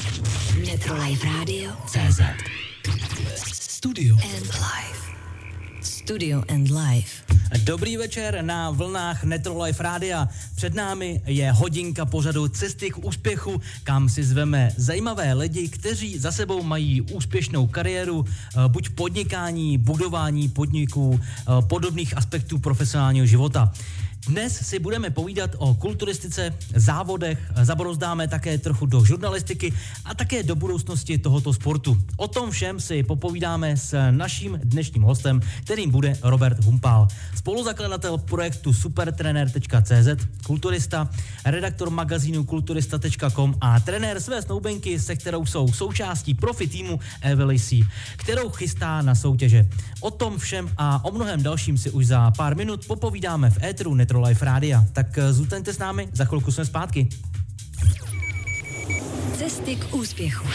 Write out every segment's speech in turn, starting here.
Metrolife Radio CZ Studio and Live. Studio and Live. Dobrý večer na vlnách Metrolife Rádia. Před námi je hodinka pořadu Cesty k úspěchu, kam si zveme zajímavé lidi, kteří za sebou mají úspěšnou kariéru, buď podnikání, budování podniků, podobných aspektů profesionálního života. Dnes si budeme povídat o kulturistice, závodech, zabrozdáme také trochu do žurnalistiky a také do budoucnosti tohoto sportu. O tom všem si popovídáme s naším dnešním hostem, kterým bude Robert Humpál, spoluzakladatel projektu supertrenér.cz, kulturista, redaktor magazínu kulturista.com a trenér své snoubenky, se kterou jsou součástí profi týmu EVLC, kterou chystá na soutěže. O tom všem a o mnohem dalším si už za pár minut popovídáme v éteru Metrolife Rádia. Tak zůstaňte s námi, za chvilku jsme zpátky. Cesty k úspěchu.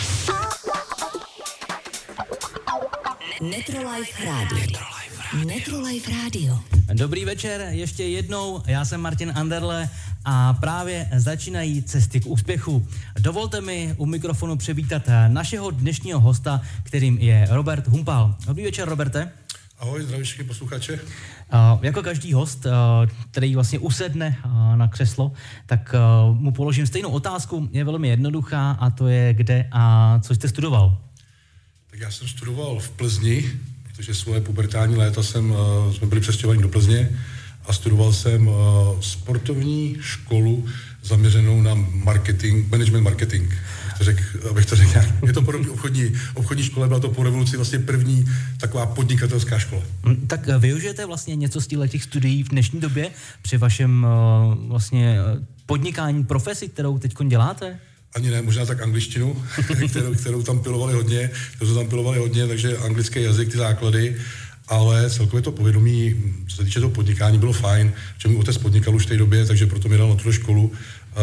Metrolife Radio. Metrolife Radio. Dobrý večer, ještě jednou, já jsem Martin Anderle a právě začínají Cesty k úspěchu. Dovolte mi u mikrofonu přivítat našeho dnešního hosta, kterým je Robert Humpál. Dobrý večer, Roberte. Ahoj, zdraví všichni posluchače. Jako každý host, který vlastně usedne na křeslo, tak mu položím stejnou otázku, je velmi jednoduchá a to je kde a co jste studoval? Tak já jsem studoval v Plzni, protože svoje pubertální léta jsme byli přestěhováni do Plzně a studoval jsem sportovní školu zaměřenou na marketing, management marketing. Abych to řekl nějak. Je to podobně obchodní škola, byla to po revoluci vlastně první taková podnikatelská škola. Tak využijete vlastně něco z těch studií v dnešní době při vašem vlastně podnikání profesi, kterou teď děláte? Ani ne, možná tak angličtinu, kterou tam pilovali hodně, takže anglický jazyk, ty základy, ale celkově to povědomí, co se týče toho podnikání, bylo fajn, že můj otec podnikal už v té době, takže proto mě dal na tuto školu,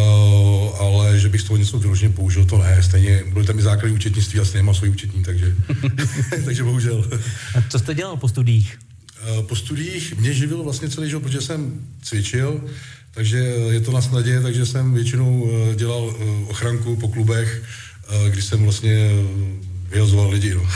ale že bych z toho něco vyloženě použil, to ne, stejně byly tam i základy účetnictví a stejně mám svůj účetní, takže bohužel. A co jste dělal po studiích? Po studiích mě živil vlastně celý život, protože jsem cvičil, takže je to na snadě, takže jsem většinou dělal ochranku po klubech, když jsem vlastně vyhazoval lidi. No.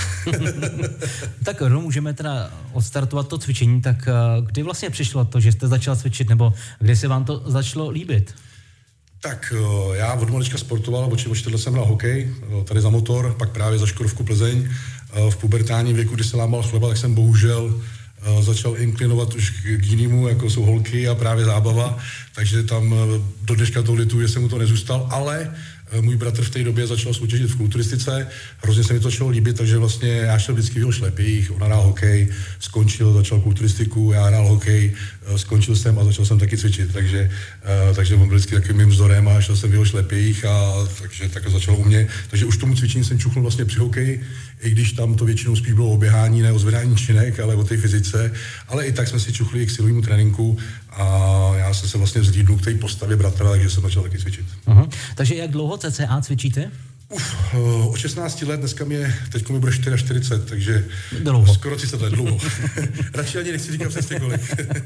Tak můžeme teda odstartovat to cvičení, tak kdy vlastně přišlo to, že jste začal cvičit, nebo kdy se vám to začalo líbit? Tak já od malička sportoval, očetl jsem hrál hokej, tady za Motor, pak právě za Škodovku Plzeň. V pubertálním věku, kdy se lámal chleba, tak jsem bohužel začal inklinovat už k jinému, jako jsou holky a právě zábava, takže tam do dneška to lituju, že jsem mu to nezůstal, ale můj bratr v té době začal soutěžit v kulturistice, hrozně se mi to začalo líbit, takže vlastně já šel vždycky v jeho šlepích, on hrál hokej, skončil, začal kulturistiku, já hrál hokej, skončil jsem a začal jsem taky cvičit, takže on byl vždycky takovým mým vzorem a šel jsem v jeho šlepích a takže tak začalo u mě, takže už tomu cvičení jsem čuchnul vlastně při hokeji, i když tam to většinou spíš bylo o běhání, ne o zvedání činek, ale o té fyzice, ale i tak jsme si čuchli i k silovému tréninku a já jsem se vlastně vzlídnul k té postavě bratra, takže jsem začal taky cvičit. Uh-huh. Takže jak dlouho cca cvičíte? Od 16 let, teď mi bude 44, takže dlouho. Skoro 30 let, dlouho. Radši ani nechci říkat přesně kolik.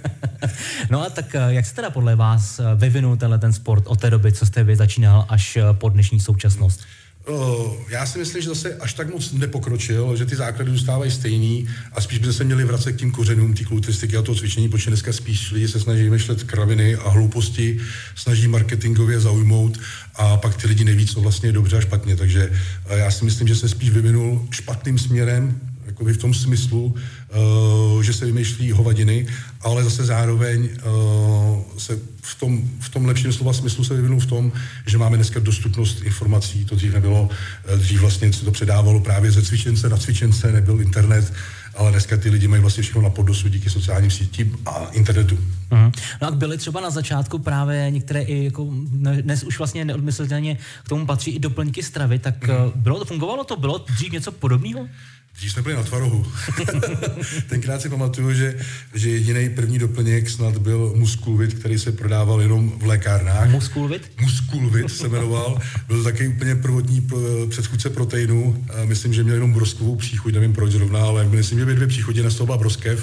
No a tak jak se teda podle vás vyvinul ten sport od té doby, co jste vy začínal, až po dnešní současnost? Já si myslím, že zase až tak moc nepokročil, že ty základy zůstávají stejný a spíš by se měli vracet k tím kořenům té kulturistiky a toho cvičení, protože dneska spíš lidi se snaží vymýšlet kraviny a hlouposti, snaží marketingově zaujmout a pak ty lidi neví, co vlastně je dobře a špatně, takže já si myslím, že se spíš vyvinul špatným směrem, jakoby v tom smyslu, že se vymýšlí hovadiny, ale zase zároveň se v tom lepším slova smyslu se vyvinul v tom, že máme dneska dostupnost informací, to dřív nebylo, dřív vlastně se to předávalo právě ze cvičence na cvičence, nebyl internet, ale dneska ty lidi mají vlastně všechno na podnosu díky sociálním sítím a internetu. No a byly třeba na začátku právě některé i jako dnes už vlastně neodmyslitelně k tomu patří i doplňky stravy, tak fungovalo to? Bylo dřív něco podobného? Dřív jsme byli na tvarohu. Tenkrát si pamatuju, že jediný první doplněk snad byl Musculvit, který se prodával jenom v lékárnách. Musculvit? Musculvit se jmenoval. Byl to taky úplně prvotní předchůdce proteinu. Myslím, že měl jenom broskovou příchuť, nevím proč zrovna, ale myslím, že byly 2 příchutě, na toho byla broskev.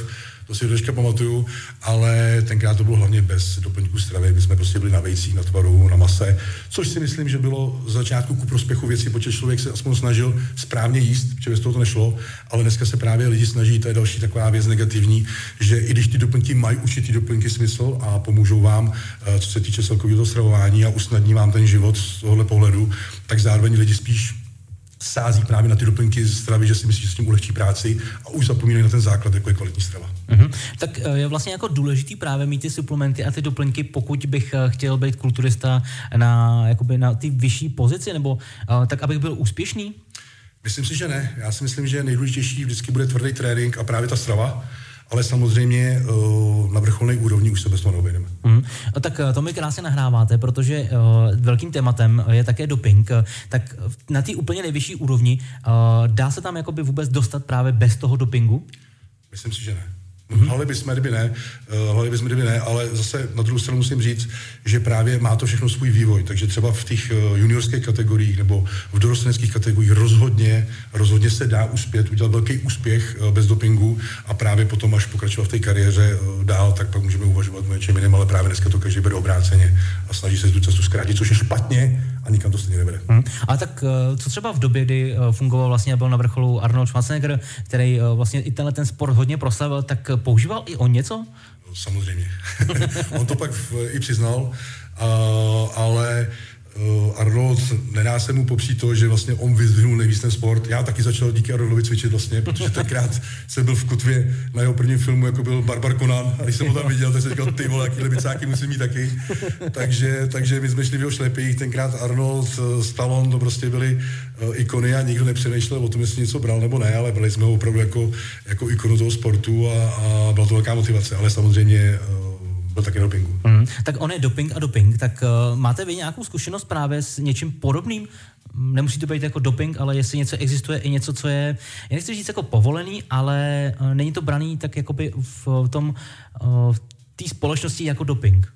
To si do dneška pamatuju, ale tenkrát to bylo hlavně bez doplňků stravy, my jsme prostě byli na vejcích, na tvarohu, na mase, což si myslím, že bylo z začátku ku prospěchu věci, protože člověk se aspoň snažil správně jíst, protože bez toho to nešlo, ale dneska se právě lidi snaží, to je další taková věc negativní, že i když ty doplňky mají určitý doplňky smysl a pomůžou vám, co se týče celkového stravování a usnadní vám ten život z tohohle pohledu, tak zároveň lidi spíš sází právě na ty doplňky stravy, že si myslí, že s tím ulehčí práci a už zapomínají na ten základ, jako je kvalitní strava. Tak je vlastně jako důležitý právě mít ty suplementy a ty doplňky, pokud bych chtěl být kulturista na ty vyšší pozici, nebo tak, abych byl úspěšný? Myslím si, že ne. Já si myslím, že nejdůležitější vždycky bude tvrdý trénink a právě ta strava, ale samozřejmě na vrcholné úrovni už se bez toho neobejdeme. Tak to mi krásně nahráváte, protože velkým tématem je také doping. Tak na té úplně nejvyšší úrovni dá se tam jakoby vůbec dostat právě bez toho dopingu? Myslím si, že ne. Hlali bychom, kdyby ne, ale zase na druhou stranu musím říct, že právě má to všechno svůj vývoj, takže třeba v těch juniorských kategoriích nebo v dorosteneckých kategoriích rozhodně se dá udělat velký úspěch bez dopingu a právě potom, až pokračovat v té kariéře dál, tak pak můžeme uvažovat o něčem jiném, ale právě dneska to každý bere obráceně a snaží se tu cestu zkrátit, což je špatně a nikam to stejně nevede. Ale tak co třeba v době, kdy fungoval vlastně, byl na vrcholu Arnold Schwarzenegger, který vlastně i ten sport hodně proslavil, tak používal i on něco? Samozřejmě. On to pak i přiznal, ale Arnold, nedá se mu popřít to, že vlastně on vyzdvihnul nejvíc ten sport. Já taky začal díky Arnoldovi cvičit vlastně, protože tenkrát jsem byl v kotvě na jeho prvním filmu, jako byl Barbar Conan, a když jsem ho tam viděl, tak jsem říkal, ty vole, jakýhle bicáky musím mít taky. Takže my jsme šli v jeho šlepích, tenkrát Arnold, Stallone, to prostě byly ikony a nikdo nepřemýšlel o tom, jestli něco bral nebo ne, ale brali jsme ho opravdu jako ikonu toho sportu a byla to velká motivace, ale samozřejmě byl taky dopingu. Tak on je doping a doping, tak máte vy nějakou zkušenost právě s něčím podobným? Nemusí to být jako doping, ale jestli něco existuje i něco, co je, já nechci říct jako povolený, ale není to braný tak jakoby v té společnosti jako doping.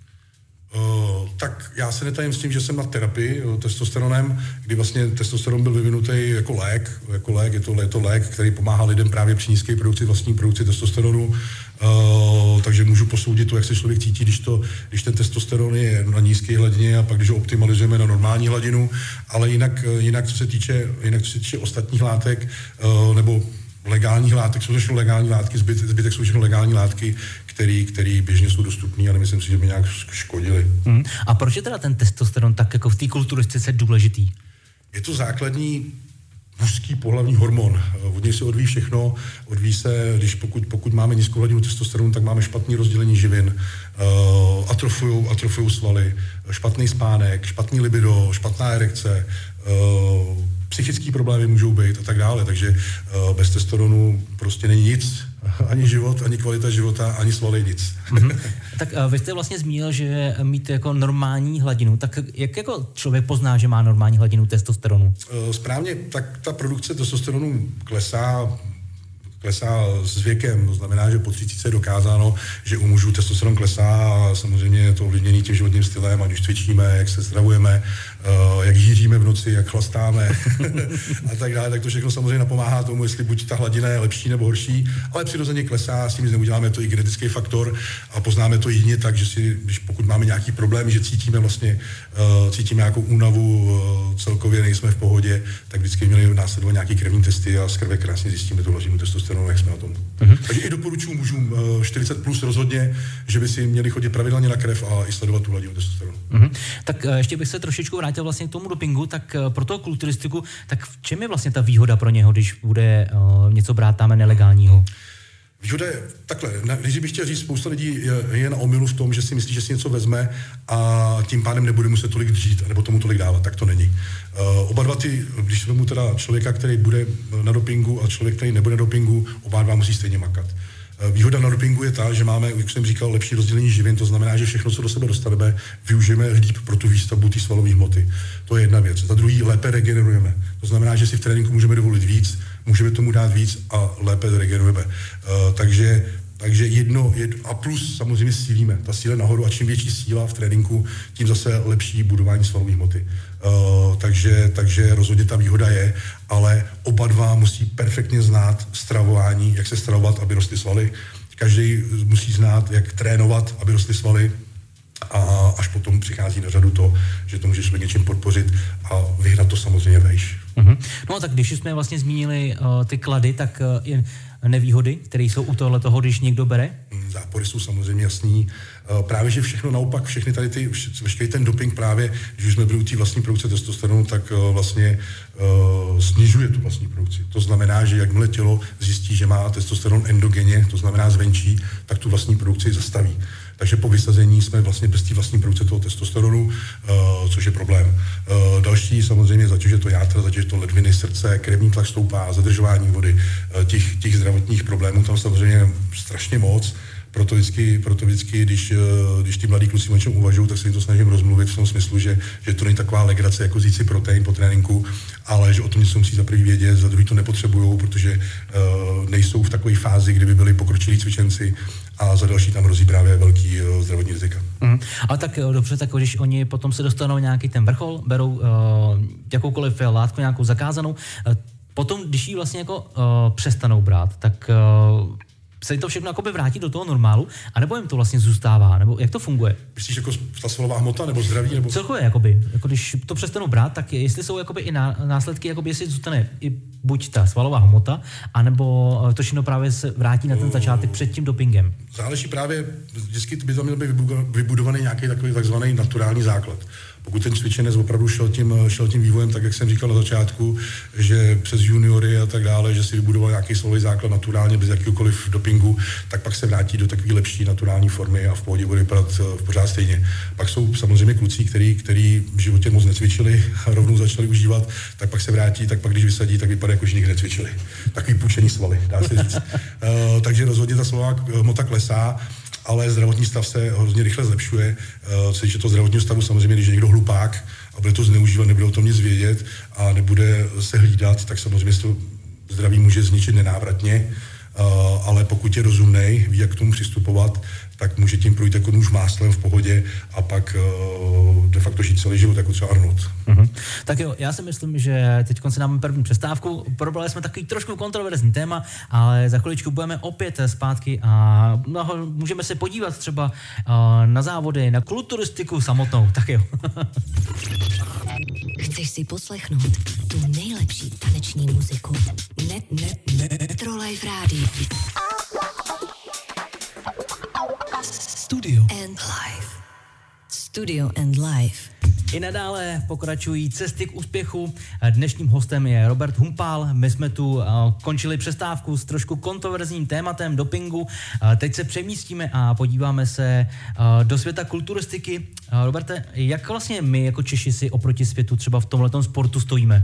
Tak já se netajím s tím, že jsem na terapii testosteronem, kdy vlastně testosteron byl vyvinutý jako lék, je to lék, který pomáhá lidem právě při nízké vlastní produkci testosteronu, takže můžu posoudit to, jak se člověk cítí, když ten testosteron je na nízké hladině a pak když ho optimalizujeme na normální hladinu, ale jinak co se týče ostatních látek nebo legálních látek, jsou to všechno legální látky, zbytek jsou všechno legální látky, který běžně jsou dostupný, ale myslím si, že by nějak škodili. A proč je teda ten testosteron tak jako v té kulturistice důležitý? Je to základní mužský pohlavní hormon. Od něj se odvíjí všechno. Odvíjí se, pokud máme nízkou hladinu testosteronu, tak máme špatný rozdělení živin, atrofujou svaly, špatný spánek, špatný libido, špatná erekce, psychické problémy můžou být a tak dále. Takže bez testosteronu prostě není nic. Ani život, ani kvalita života, ani svaly, nic. Tak vy jste vlastně zmínil, že mít jako normální hladinu. Tak jak jako člověk pozná, že má normální hladinu testosteronu? Správně, tak ta produkce testosteronu klesá s věkem. To znamená, že po 30 je dokázáno, že u mužů testosteron klesá a samozřejmě je to ovlivněný tím životním stylem, ať už cvičíme, jak se stravujeme, jak hýříme v noci, jak chlastáme a tak dále. Tak to všechno samozřejmě napomáhá tomu, jestli buď ta hladina je lepší nebo horší, ale přirozeně klesá, s tím neuděláme to i genetický faktor a poznáme to jedině tak, že pokud máme nějaký problém, že cítíme nějakou únavu, celkově nejsme v pohodě, tak vždycky měli následovat nějaký krevní testy a z krve krásně zjistíme tu hladinu testosteronu, jak jsme na tom. Takže i doporučuji mužům 40 plus rozhodně, že by si měli chodit pravidelně na krev a i sledovat tu hladinu testosteronu. Tak ještě bych se trošičku vrátil vlastně k tomu dopingu, tak pro toho kulturistiku, tak v čem je vlastně ta výhoda pro něho, když bude něco brát tam nelegálního? Výhoda je takhle, když bych chtěl říct, spousta lidí je na omylu v tom, že si myslí, že si něco vezme a tím pádem nebude muset tolik dřít, nebo tomu tolik dávat, tak to není. Oba dva když vezmu teda člověka, který bude na dopingu a člověk, který nebude na dopingu, oba dva musí stejně makat. Výhoda na dopingu je ta, že máme, jak jsem říkal, lepší rozdělení živin, to znamená, že všechno, co do sebe dostaneme, využijeme líp pro tu výstavbu té svalové hmoty. To je jedna věc. Za druhý, lépe regenerujeme. To znamená, že si v tréninku můžeme dovolit víc, můžeme tomu dát víc a lépe regenerujeme. Takže jedno a plus samozřejmě sílíme. Ta síla nahoru a čím větší síla v tréninku, tím zase lepší budování svalové hmoty. Takže rozhodně ta výhoda je, ale oba dva musí perfektně znát stravování, jak se stravovat, aby rostly svaly, každý musí znát, jak trénovat, aby rostly svaly, a až potom přichází na řadu to, že to může člověk něčím podpořit a vyhrát to samozřejmě vejš. No tak když jsme vlastně zmínili ty klady, tak i nevýhody, které jsou u toho, když někdo bere? Zápory jsou samozřejmě jasný. Právě, že všechno naopak, všechny tady veškerý ten doping právě, když jsme byli u té vlastní produkce testosteronu, tak vlastně snižuje tu vlastní produkci. To znamená, že jakmile tělo zjistí, že má testosteron endogenně, to znamená zvenčí, tak tu vlastní produkci zastaví. Takže po vysazení jsme vlastně bez té vlastní produkce toho testosteronu, což je problém. Další samozřejmě zatěžuje to játra, zatěžuje to ledviny, srdce, krevní tlak stoupá, zadržování vody, těch zdravotních problémů tam samozřejmě strašně moc. Proto vždycky, když ty mladí kluci o něčem uvažují, tak se jim to snažím rozmluvit v tom smyslu, že to není taková legrace, jako vzít si protein po tréninku, ale že o tom něco musí za prvý vědět, za druhý to nepotřebujou, protože nejsou v takové fázi, kdyby byli pokročilí cvičenci, a za další tam hrozí právě velký zdravotní rizika. Ale tak dobře, tak když oni potom se dostanou nějaký ten vrchol, berou jakoukoliv látku, nějakou zakázanou, potom, když ji vlastně jako přestanou brát, tak se to všechno jakoby vrátí do toho normálu, anebo jim to vlastně zůstává, nebo jak to funguje? Myslíš jako ta svalová hmota, nebo zdraví, nebo... Celkově, jakoby, jako když to přestanou brát, tak jestli jsou jakoby i následky, jakoby jestli zůstane i buď ta svalová hmota, anebo to všechno právě se vrátí na ten začátek před tím dopingem. Záleží právě, vždycky by tam měl být vybudovaný nějaký takový takzvaný naturální základ. Pokud ten cvičenec opravdu šel tím vývojem, tak jak jsem říkal na začátku, že přes juniory a tak dále, že si vybudoval nějaký svalový základ naturálně bez jakéhokoliv dopingu, tak pak se vrátí do takové lepší naturální formy a v pohodě bude vypadat v pořád stejně. Pak jsou samozřejmě kluci, který v životě moc necvičili a rovnou začali užívat, tak pak se vrátí, tak pak když vysadí, tak vypadá, jako že nikdy necvičili. Takový půjčený svaly, dá se říct. Takže rozhodně ta svalová hmota klesá, ale zdravotní stav se hrozně rychle zlepšuje. Co je to zdravotního stavu, samozřejmě, když je někdo hlupák a bude to zneužívat, nebude o tom nic vědět a nebude se hlídat, tak samozřejmě to zdraví může zničit nenávratně, ale pokud je rozumnej, ví, jak k tomu přistupovat, tak může tím projít jako nůž máslem v pohodě a pak de facto žít celý život, jako třeba Arnold. Tak jo, já si myslím, že teď si dáme první přestávku. Probrali jsme takový trošku kontroverzní téma, ale za chviličku budeme opět zpátky a můžeme se podívat třeba na závody, na kulturistiku samotnou. Tak jo. Chceš si poslechnout tu nejlepší taneční muziku? Netrolife Radio. Studio and Live. I nadále pokračují cesty k úspěchu. Dnešním hostem je Robert Humpál. My jsme tu končili přestávku s trošku kontroverzním tématem dopingu. Teď se přemístíme a podíváme se do světa kulturistiky. Roberte, jak vlastně my jako Češi si oproti světu třeba v tomhletom sportu stojíme?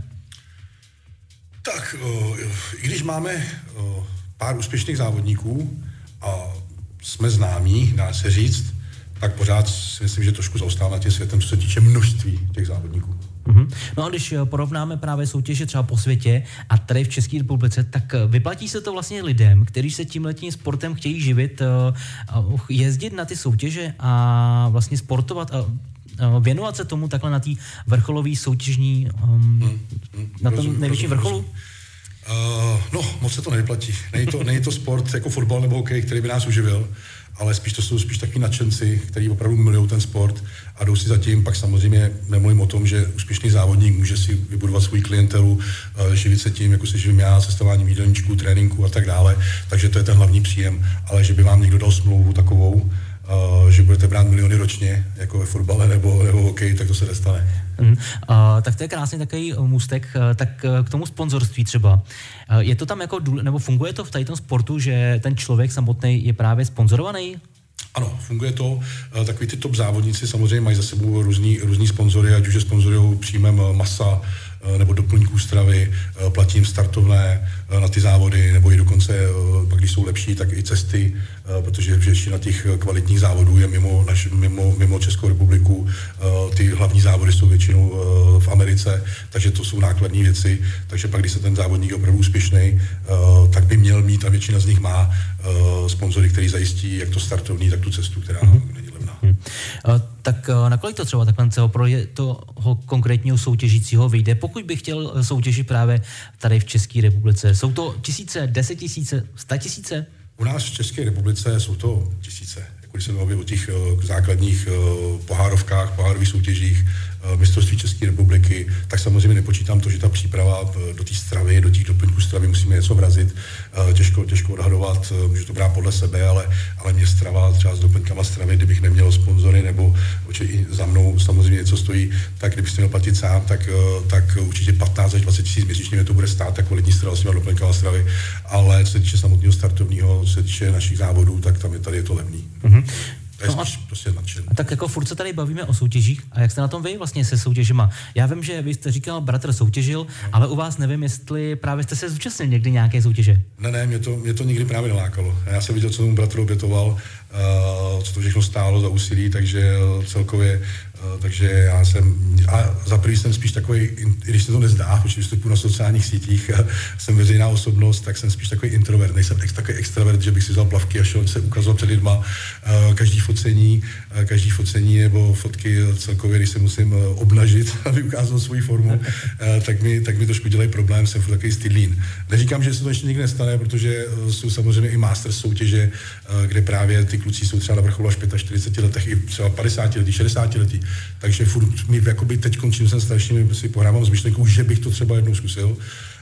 Tak, i když máme pár úspěšných závodníků a jsme známí, dá se říct, tak pořád si myslím, že trošku zaostáváme tím světem, co se týče množství těch závodníků. No a když porovnáme právě soutěže třeba po světě a tady v České republice, tak vyplatí se to vlastně lidem, kteří se tímhletím sportem chtějí živit, jezdit na ty soutěže a vlastně sportovat a věnovat se tomu takhle na té vrcholové soutěžní, na tom největším vrcholu? No, moc se to nevyplatí. Není to sport jako fotbal nebo hokej, který by nás uživil, ale to jsou spíš takový nadšenci, kteří opravdu milují ten sport a jdou si zatím. Pak samozřejmě nemluvím o tom, že úspěšný závodník může si vybudovat svou klientelu, živit se tím, jako se živím já, cestováním jídelníčků, tréninku a tak dále. Takže to je ten hlavní příjem. Ale že by vám někdo dal smlouvu takovou, že budete brát miliony ročně, jako ve fotbale nebo hokej, tak to se nestane. Tak to je krásný takový můstek, tak k tomu sponzorství třeba. Je to tam jako, nebo funguje to v tady tom sportu, že ten člověk samotný je právě sponzorovaný? Ano, funguje to. Takový ty top závodníci samozřejmě mají za sebou různý sponzory, ať už je sponzorují příjmem masa nebo doplňků stravy, platí jim startovné na ty závody, nebo i dokonce, pak když jsou lepší, tak i cesty, protože většina těch kvalitních závodů je mimo Českou republiku. Ty hlavní závody jsou většinou v Americe, takže to jsou nákladní věci. Takže pak, když se ten závodník je opravdu úspěšný, tak by měl mít, a většina z nich má, sponzory, který zajistí jak to startovní, tak tu cestu, která není levná. Tak nakolik to třeba takhle pro toho konkrétního soutěžícího vyjde, pokud by chtěl soutěžit právě tady v České republice? Jsou to tisíce, 10 000, 100 000? U nás v České republice jsou to tisíce. Když se mluví o těch základních pohárovkách, pohárových soutěžích, mistrovství České republiky, tak samozřejmě nepočítám to, že ta příprava do té stravy, do těch doplňků stravy musíme něco vrazit. Těžko odhadovat, můžu to brát podle sebe, ale mě strava třeba s doplňkama stravy, kdybych neměl sponzory nebo i za mnou samozřejmě něco stojí, tak kdybyste měl platit sám, tak určitě 15 až 20 tisíc měsíčně mě to bude stát, tak kvalitní strava s těma doplňkama stravy, ale co se týče samotného startovního, co se týče našich závodů, tak tady je to levný. Mm-hmm. Prostě a tak jako furt se tady bavíme o soutěžích a jak jste na tom vy vlastně se soutěžima? Já vím, že vy jste říkal, bratr soutěžil, ale u vás nevím, jestli právě jste se zúčastnil někdy nějaké soutěže. Ne, mě to nikdy právě nelákalo. Já jsem viděl, co tomu bratru obětoval, co to všechno stálo za úsilí, takže celkově, takže já jsem, a za prvý jsem spíš takový, když se to nezdá, protože vystupuji na sociálních sítích, jsem veřejná osobnost, tak jsem spíš takový introvert, nejsem takový extravert, že bych si vzal plavky a šel se ukazovat před lidma, každý focení nebo fotky celkově, když se musím obnažit, aby ukázal svoji formu, tak mi trošku dělají problém, jsem furt takový stydlín. Neříkám, že se to ještě nikdy nestane, protože jsou samozřejmě i masters soutěže, kde právě ty kluci jsou třeba na vrcholu až 45 letech, i třeba 50 letí, 60 letí. Takže furt mi jakoby teď končím, jsem strašně si pohrávám s myšlenkou, že bych to třeba jednou zkusil,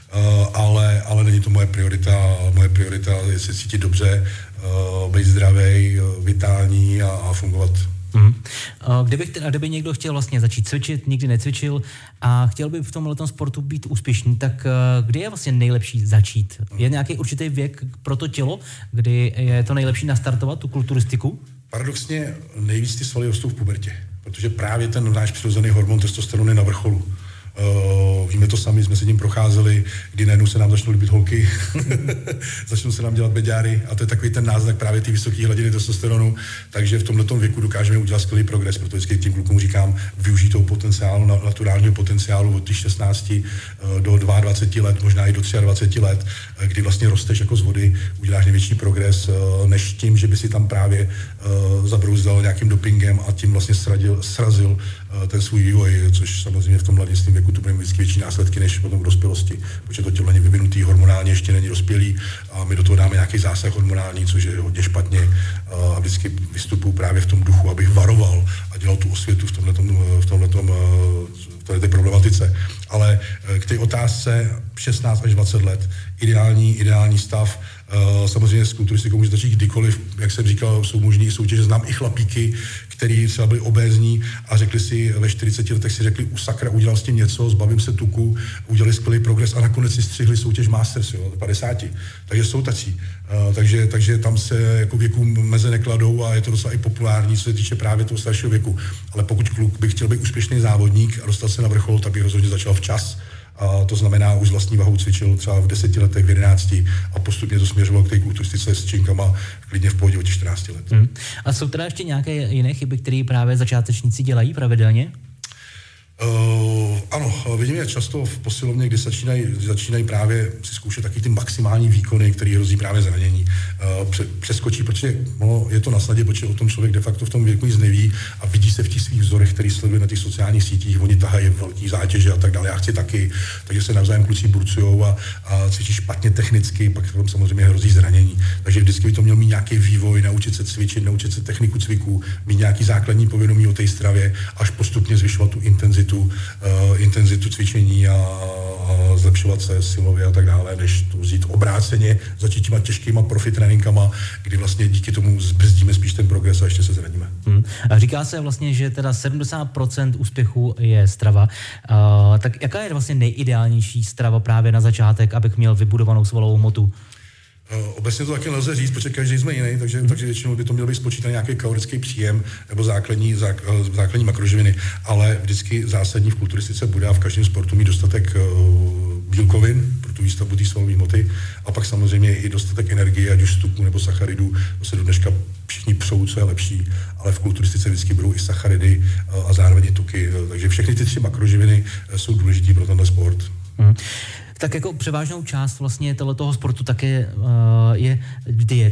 ale není to moje priorita. Moje priorita je se cítit dobře, být zdravý, vitální a fungovat. Kdyby někdo chtěl vlastně začít cvičit, nikdy necvičil a chtěl by v tomhletom sportu být úspěšný, tak kdy je vlastně nejlepší začít? Je nějaký určitý věk pro to tělo, kdy je to nejlepší nastartovat tu kulturistiku? Paradoxně nejvíc ty svaly rostou v pubertě, protože právě ten náš přirozený hormon testosteron je na vrcholu. Víme to sami, jsme se tím procházeli, kdy najednou se nám začnou líbit holky, začnou se nám dělat beďáry a to je takový ten náznak právě ty vysoké hladiny testosteronu, takže v tomto věku dokážeme udělat skvělý progres, protože vždycky tím klukům říkám, využít toho potenciálu, naturálního potenciálu od těch 16 do 22 let, možná i do 23 let, kdy vlastně rosteš jako z vody, uděláš největší progres, než tím, že by si tam právě zabrouzdal nějakým dopingem a tím vlastně srazil ten svůj vývoj, což samozřejmě v tom mladistém věku to bude vždycky větší následky než potom v dospělosti, protože to tělo není vyvinutý hormonálně, ještě není dospělý a my do toho dáme nějaký zásah hormonální, což je hodně špatně a vždycky vystupuji právě v tom duchu, abych varoval a dělal tu osvětu v této problematice. Ale k té otázce 16 až 20 let, ideální stav, samozřejmě s kulturistikou může začít kdykoliv, jak jsem říkal, jsou možný soutěže, znám i chlapíky, který třeba byli obézní a řekli si ve 40 letech si řekli, sakra, udělal s tím něco, zbavím se tuku, udělali skvělý progres a nakonec si střihli soutěž Masters, 50. Takže jsou tací. Takže tam se jako věku meze nekladou a je to docela i populární, co se týče právě toho staršího věku. Ale pokud kluk by chtěl být úspěšný závodník a dostat se na vrchol, tak by rozhodně začal včas. A to znamená, už s vlastní vahou cvičil třeba v 10 letech, v 11 a postupně to směřoval k té kulturistice s činkama klidně v pohodě od 14 let. A jsou teda ještě nějaké jiné chyby, které právě začátečníci dělají pravidelně? Ano, vidím je často v posilovně, kdy začínají právě si zkoušet taky ty maximální výkony, který hrozí právě zranění. Přeskočí, protože je to na snadě, protože o tom člověk de facto v tom věku nic neví a vidí se v těch svých vzorech, který sleduje na těch sociálních sítích, oni tahají velký zátěže a tak dále, já chci taky, takže se navzájem kluci burcujou a cvičí špatně technicky, pak tam samozřejmě hrozí zranění. Takže vždycky by to měl mít nějaký vývoj, naučit se cvičit, naučit se techniku cviků, mít nějaký základní povědomí o té stravě, až postupně zvyšovat tu intenzitu cvičení a zlepšovat se silově a tak dále, než to vzít obráceně, začít těma těžkýma profi tréninkama, kdy vlastně díky tomu zbrzdíme spíš ten progres a ještě se zraníme. A říká se vlastně, že teda 70% úspěchu je strava. Tak jaká je vlastně nejideálnější strava právě na začátek, abych měl vybudovanou svalovou hmotu? Obecně to taky nelze říct, protože každý jsme jiný, takže většinou by to mělo být spočítaný nějaký kalorický příjem nebo základní makroživiny, ale vždycky zásadní v kulturistice bude a v každém sportu mít dostatek bílkovin pro tu výstavbu té svalové hmoty a pak samozřejmě i dostatek energie, ať už z tuků nebo sacharidů, to se do dneška všichni přou, co je lepší, ale v kulturistice vždycky budou i sacharidy a zároveň i tuky, takže všechny ty 3 makroživiny jsou důležitý pro tenhle sport. Tak jako převážnou část vlastně toho sportu také je dieta.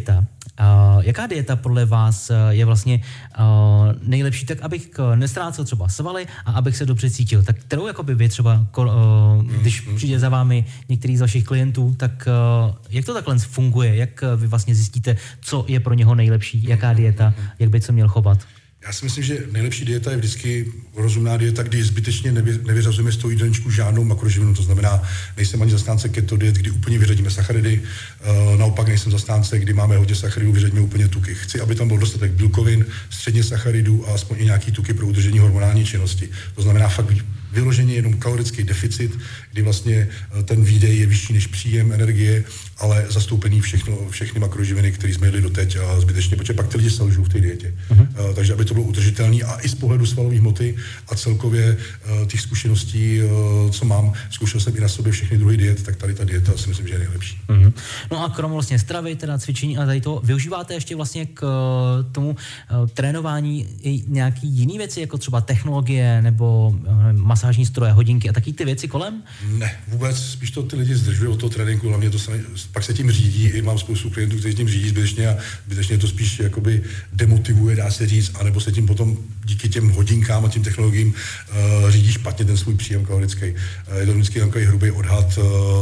Jaká dieta podle vás je vlastně nejlepší, tak abych nestrácel třeba svaly a abych se dobře cítil? Tak kterou jakoby vy třeba, když přijde za vámi některý z vašich klientů, tak jak to takhle funguje? Jak vy vlastně zjistíte, co je pro něho nejlepší? Jaká dieta? Jak by se měl chovat? Já si myslím, že nejlepší dieta je vždycky rozumná dieta, kdy zbytečně nevyřazujeme z toho jídelníčku žádnou makroživinu. To znamená, nejsem ani zastánce keto diet, kdy úplně vyřadíme sacharidy, naopak nejsem zastánce, kdy máme hodně sacharidů, vyřadíme úplně tuky. Chci, aby tam byl dostatek bílkovin, středně sacharidů a aspoň i nějaký tuky pro udržení hormonální činnosti. To znamená fakt vyloženě jenom kalorický deficit, kdy vlastně ten výdej je vyšší než příjem energie, ale zastoupený všechny makroživiny, které jsme jedli doteď a zbytečně, protože pak ty lidi selžou v té dietě. Takže aby to bylo udržitelné a i z pohledu svalové hmoty a celkově těch zkušeností, co mám, zkoušel jsem i na sobě všechny druhy diet, tak tady ta dieta si myslím, že je nejlepší. No a krom vlastně stravy, teda cvičení a tady to, využíváte ještě vlastně k tomu trénování i nějaký jiný věci, jako třeba technologie nebo masážní stroje, hodinky a taky ty věci kolem? Ne, vůbec, spíš to ty lidi zdržují od toho tréninku, hlavně to pak se tím řídí, i mám spoustu klientů, kteří tím řídí zbytečně a zbytečně to spíš jakoby demotivuje, dá se říct, anebo se tím potom díky těm hodinkám a tím technologiím řídí špatně ten svůj příjem kalorický. Je to vždycky takový hrubý odhad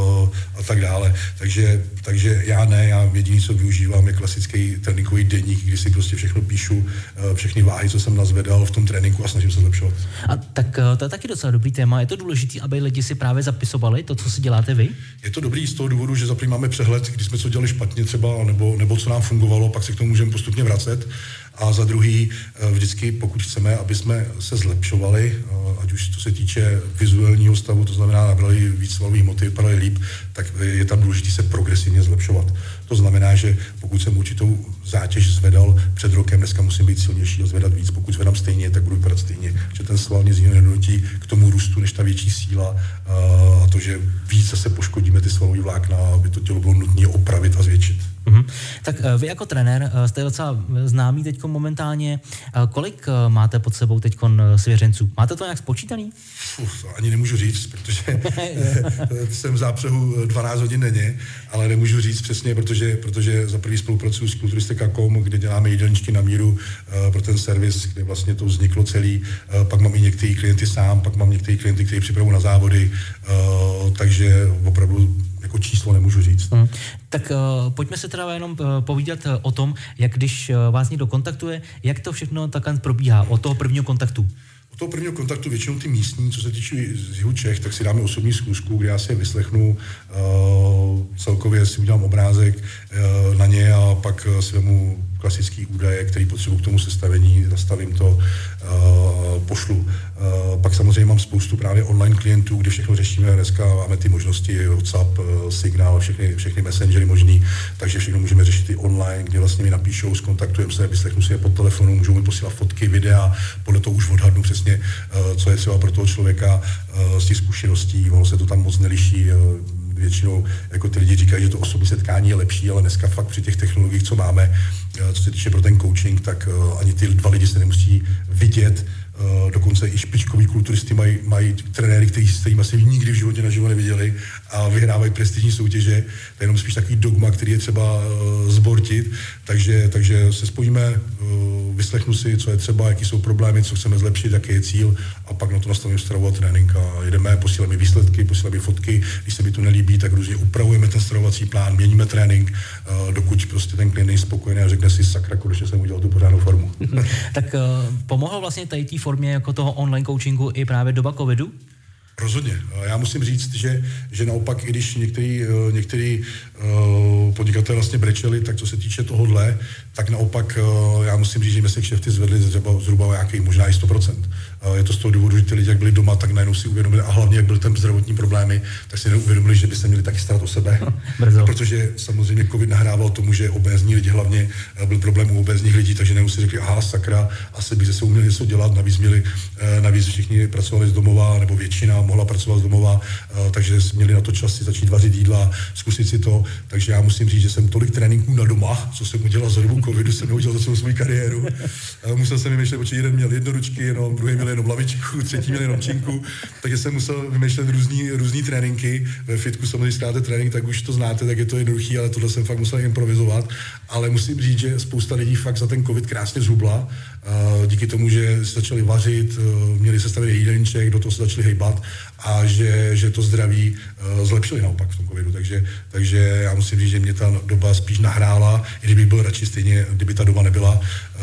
a tak dále. Takže já jediný, co využívám, je klasický tréninkový deník, kdy si prostě všechno píšu, všechny váhy, co jsem nazvedal v tom tréninku a snažím se zlepšovat. A tak to je taky docela dobrý téma. Je to důležité, aby lidi si právě zapisovali to, co si děláte vy? Je to dobrý z toho důvodu, že zaprvé máme přehled, když jsme co dělali špatně třeba, nebo co nám fungovalo, pak se k tomu můžeme postupně vracet. A za druhý, vždycky, pokud chceme, aby jsme se zlepšovali, ať už co se týče vizuálního stavu, to znamená nabrali víc svalových hmoty, vypadali líp, tak je tam důležité se progresivně zlepšovat. To znamená, že pokud jsem určitou zátěž zvedal před rokem, dneska musím být silnější a zvedat víc. Pokud zvedám stejně, tak budu vypadat stejně. Že ten sval nic jiného nedonutí k tomu růstu, než ta větší síla a to, že víc zase poškodíme ty svalové vlákna, aby to tělo bylo nutné opravit a zvětšit. Tak vy jako trenér jste docela známý teď momentálně. Kolik máte pod sebou teď svěřenců? Máte to nějak spočítaný? Ani nemůžu říct, protože jsem v zápřehu 12 hodin denně, ale nemůžu říct přesně, protože za první spolupracuju s kulturistika.com, kde děláme jídelníčky na míru pro ten servis, kde vlastně to vzniklo celý. Pak mám i některé klienty sám, pak mám některé klienty, kteří připravují na závody, takže opravdu jako číslo nemůžu říct. Tak pojďme se teda jenom povídat o tom, jak když vás někdo kontaktuje, jak to všechno takhle probíhá od toho prvního kontaktu. Od toho prvního kontaktu většinou ty místní, co se týče z jihu Čech, tak si dáme osobní schůzku, kde já si je vyslechnu, celkově si udělám obrázek na ně a pak si vemu klasický údaje, který potřebuji k tomu sestavení, zastavím to, pošlu. Pak samozřejmě mám spoustu právě online klientů, kde všechno řešíme. Dneska máme ty možnosti WhatsApp, Signál, všechny messengery možný, takže všechno můžeme řešit i online, kde vlastně mi napíšou, zkontaktujeme se, vyslechnu si je po telefonu, můžou mi posílat fotky, videa, podle toho už odhadnu přesně, co je třeba pro toho člověka z těch zkušeností, ono se to tam moc neliší. Většinou jako ty lidi říkají, že to osobní setkání je lepší, ale dneska fakt při těch technologiích, co máme, co se týče pro ten coaching, tak ani ty dva lidi se nemusí vidět. Dokonce i špičkoví kulturisty mají trenéry, kterými asi nikdy v životě naživo neviděli a vyhrávají prestižní soutěže. To je jenom spíš takový dogma, který je třeba zbortit. Takže se spojíme, vyslechnu si, co je třeba, jaký jsou problémy, co chceme zlepšit, jaký je cíl a pak na to nastavím stravu a trénink a jedeme, posíláme výsledky, posíláme fotky, když se mi to nelíbí, tak různě upravujeme ten stravovací plán, měníme trénink, dokud prostě ten klient není spokojený a řekne si, sakra, konečně jsem udělal tu pořádnou formu. Tak pomohlo vlastně tady té formě jako toho online coachingu i právě doba covidu? Rozhodně. Já musím říct, že naopak, i když některý podnikatelé vlastně brečeli, tak co se týče tohodle, tak naopak já musím říct, že se kšefty zvedly zhruba nějakých možná i 100%. Je to z toho důvodu, že ty lidi, jak byli doma, tak najednou si uvědomili, a hlavně, jak byly tam zdravotní problémy, tak si neuvědomili, že by se měli taky starat o sebe. Protože samozřejmě covid nahrával tomu, že obézní lidi hlavně byl problém u obézních lidí, takže najednou si řekli, aha, sakra, asi bych se uměli něco dělat, navíc všichni pracovali z domova, nebo většina mohla pracovat z domova, takže měli na to čas si začít vařit jídla, zkusit si to. Takže já musím říct, že jsem tolik tréninků na doma, co jsem udělal za dobu covidu, jsem neudělal za celou svou kariéru. Musel jsem vymýšlet, protože jeden měl jednoručky, jenom druhý měl měl jenom lavičku, třetí měl jenom činku, takže jsem musel vymýšlet různý tréninky. Ve fitku samozřejmě zkráte trénink, tak už to znáte, tak je to jednoduchý, ale tohle jsem fakt musel improvizovat. Ale musím říct, že spousta lidí fakt za ten covid krásně zhubla. Díky tomu, že se začali vařit, měli sestavit jídelníček, do toho se začali hejbat a že to zdraví zlepšili naopak v tom covidu. Takže já musím říct, že mě ta doba spíš nahrála, i kdybych byl radši stejně, kdyby ta doba nebyla.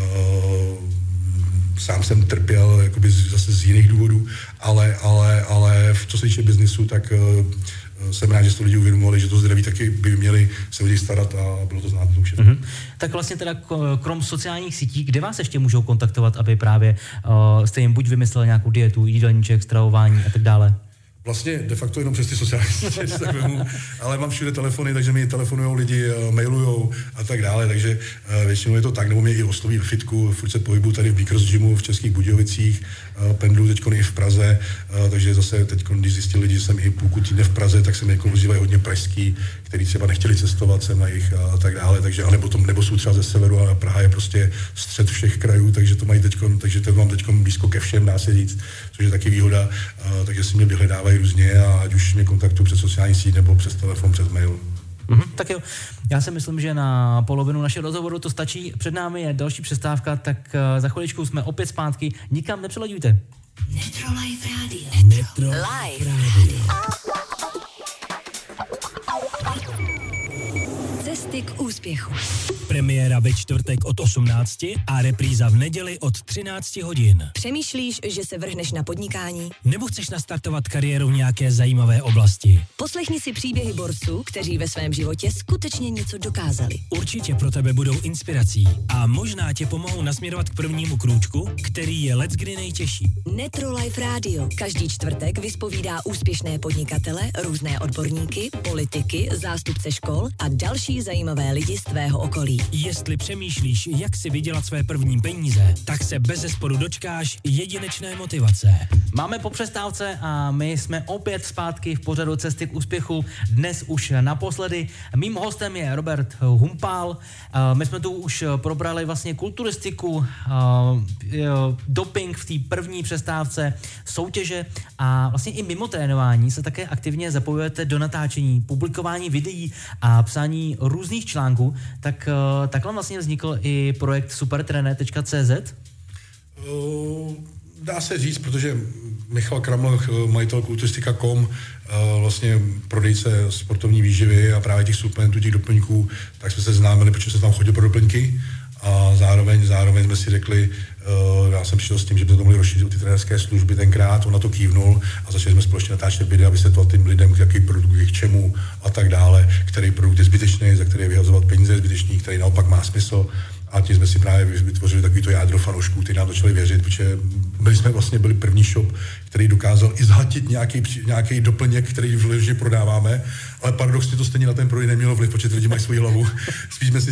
Sám jsem trpěl jakoby zase z jiných důvodů, ale co se týče biznisu, tak jsem rád, že se to lidi uvědomovali, že to zdraví taky by měli se lidi starat a bylo to znát to všechno. Tak vlastně teda krom sociálních sítí, kde vás ještě můžou kontaktovat, aby právě jste jim buď vymysleli nějakou dietu, jídelníček, stravování a tak dále? Vlastně de facto jenom přes ty sociální sítě, ale mám všude telefony, takže mi telefonujou lidi, mailujou a tak dále, takže většinou je to tak, nebo mě i osloví v fitku, furt se pohybuju tady v Beakers Gymu v Českých Budějovicích, pendlu teď i v Praze, takže zase teď, když zjistili lidi, že jsem i půlku týdne v Praze, tak se mě jako ozývají hodně pražský, který třeba nechtěli cestovat sem na jich a tak dále, takže nebo jsou třeba ze severu, ale Praha je prostě střed všech krajů, takže to mají takže to mám teď blízko ke všem, dá se říct, což je taky výhoda, takže si mě vyhledávají různě a ať už mě kontaktují přes sociální síť nebo přes telefon, přes mail. Tak jo, já si myslím, že na polovinu našeho rozhovoru to stačí. Před námi je další přestávka, tak za chviličku jsme opět zpátky. Nikam nepřelaďujte. Metro Life Radio. Metro Life Radio. Cesty k úspěchu. Premiéra ve čtvrtek od 18 a repríza v neděli od 13 hodin. Přemýšlíš, že se vrhneš na podnikání? Nebo chceš nastartovat kariéru v nějaké zajímavé oblasti? Poslechni si příběhy borců, kteří ve svém životě skutečně něco dokázali. Určitě pro tebe budou inspirací a možná tě pomohou nasměrovat k prvnímu krůčku, který je leckdy nejtěžší. Metro Life Radio každý čtvrtek vyspovídá úspěšné podnikatele, různé odborníky, politiky, zástupce škol a další zajímavé lidi z tvého okolí. Jestli přemýšlíš, jak si vydělat své první peníze, tak se bezesporu dočkáš jedinečné motivace. Máme po přestávce a my jsme opět zpátky v pořadu Cesty k úspěchu. Dnes už naposledy. Mým hostem je Robert Humpál. My jsme tu už probrali vlastně kulturistiku, doping v té první přestávce, soutěže a vlastně i mimo trénování se také aktivně zapojujete do natáčení, publikování videí a psání různých článků. Tak takhle vlastně vznikl i projekt supertrené.cz? Dá se říct, protože Michal Kraml, majitel kulturistika.com, vlastně prodejce sportovní výživy a právě těch suplementů, těch doplňků, tak jsme se známili, protože se tam chodil pro doplňky a zároveň jsme si řekli, já jsem přišel s tím, že bychom to mohli rozšířit ty trenérské služby tenkrát, on na to kývnul a začali jsme společně natáčet videa, vysvětlovat tím lidem, jaký produkt je k čemu a tak dále, který produkt je zbytečný, za který je vyhazovat peníze je zbytečný, který naopak má smysl. A tím jsme si právě vytvořili takovýto jádro fanoušků, kteří nám začali věřit, protože byli první shop, který dokázal i zhatit nějaký doplněk, který vlivně prodáváme, ale paradoxně to stejně na ten prodej nemělo vliv, protože lidi mají svoji hlavu. Spíš jsme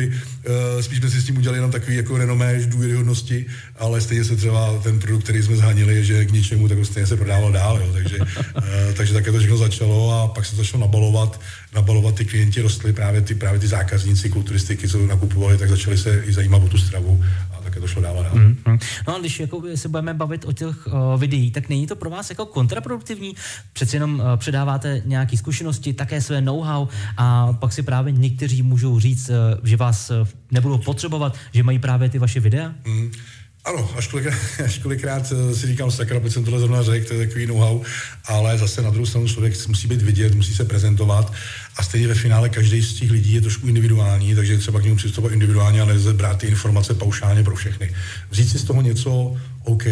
si s tím udělali jenom takový jako renomé, důvěryhodnosti, ale stejně se třeba ten produkt, který jsme zhanili, že k ničemu, tak stejně se prodával dál, jo. Takže také to všechno začalo a pak se začalo nabalovat, ty klienti rostly, právě ty zákazníci kulturistiky, co nakupovali, tak začali se i zajímat o tu stravu a také to šlo dál. No a když jako se budeme bavit o těch videích, tak není to pro vás jako kontraproduktivní? Přeci jenom předáváte nějaké zkušenosti, také své know-how a pak si právě někteří můžou říct, že vás nebudou potřebovat, že mají právě ty vaše videa? Ano, až kolikrát si říkám, sakra, proč jsem tohle zrovna řekl, to je takový know-how, ale zase na druhou stranu člověk musí být vidět, musí se prezentovat a stejně ve finále každý z těch lidí je trošku individuální, takže třeba k němu přistupovat individuálně a nelze brát ty informace paušálně pro všechny. Vzít si z toho něco, OK,